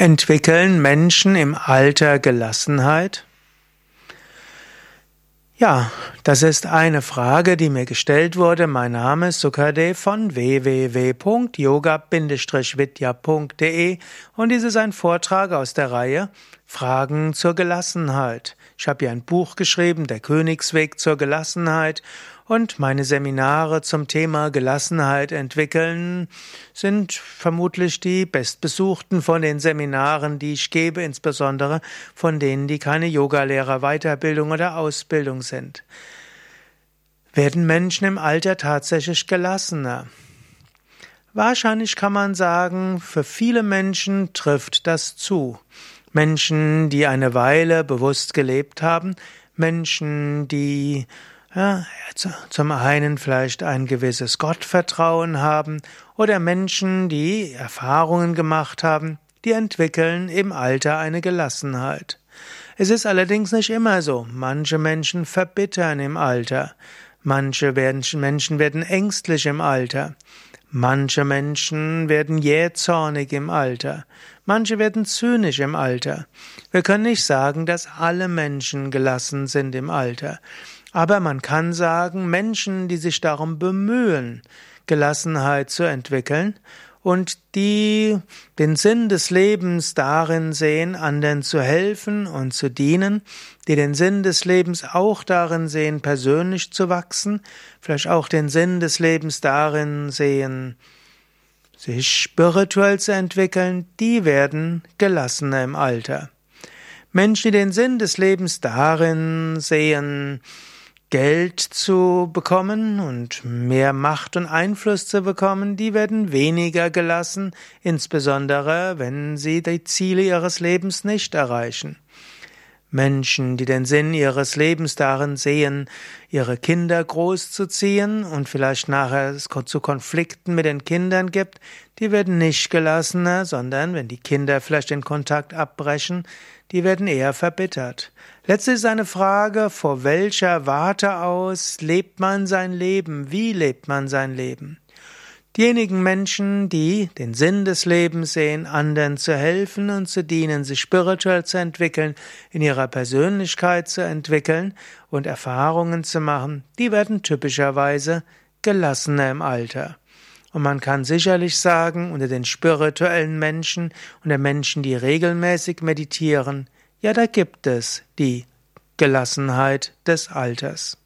Entwickeln Menschen im Alter Gelassenheit? Ja, das ist eine Frage, die mir gestellt wurde. Mein Name ist Sukadev von www.yoga-vidya.de und dies ist ein Vortrag aus der Reihe Fragen zur Gelassenheit. Ich habe hier ein Buch geschrieben, Der Königsweg zur Gelassenheit, und meine Seminare zum Thema Gelassenheit entwickeln sind vermutlich die bestbesuchten von den Seminaren, die ich gebe, insbesondere von denen, die keine Yogalehrer-Weiterbildung oder Ausbildung sind. Werden Menschen im Alter tatsächlich gelassener? Wahrscheinlich kann man sagen, für viele Menschen trifft das zu. Menschen, die eine Weile bewusst gelebt haben, Menschen, die zum einen vielleicht ein gewisses Gottvertrauen haben, oder Menschen, die Erfahrungen gemacht haben, die entwickeln im Alter eine Gelassenheit. Es ist allerdings nicht immer so. Manche Menschen verbittern im Alter. Manche Menschen werden ängstlich im Alter. Manche Menschen werden jähzornig im Alter. Manche werden zynisch im Alter. Wir können nicht sagen, dass alle Menschen gelassen sind im Alter. Aber man kann sagen, Menschen, die sich darum bemühen, Gelassenheit zu entwickeln und die den Sinn des Lebens darin sehen, anderen zu helfen und zu dienen, die den Sinn des Lebens auch darin sehen, persönlich zu wachsen, vielleicht auch den Sinn des Lebens darin sehen, sich spirituell zu entwickeln, die werden gelassener im Alter. Menschen, die den Sinn des Lebens darin sehen, Geld zu bekommen und mehr Macht und Einfluss zu bekommen, die werden weniger gelassen, insbesondere wenn sie die Ziele ihres Lebens nicht erreichen. Menschen, die den Sinn ihres Lebens darin sehen, ihre Kinder großzuziehen und vielleicht nachher es zu Konflikten mit den Kindern gibt, die werden nicht gelassener, sondern wenn die Kinder vielleicht den Kontakt abbrechen, die werden eher verbittert. Letztlich ist eine Frage, vor welcher Warte aus lebt man sein Leben? Wie lebt man sein Leben? Diejenigen Menschen, die den Sinn des Lebens sehen, anderen zu helfen und zu dienen, sich spirituell zu entwickeln, in ihrer Persönlichkeit zu entwickeln und Erfahrungen zu machen, die werden typischerweise gelassener im Alter. Und man kann sicherlich sagen, unter den spirituellen Menschen, unter Menschen, die regelmäßig meditieren, ja, da gibt es die Gelassenheit des Alters.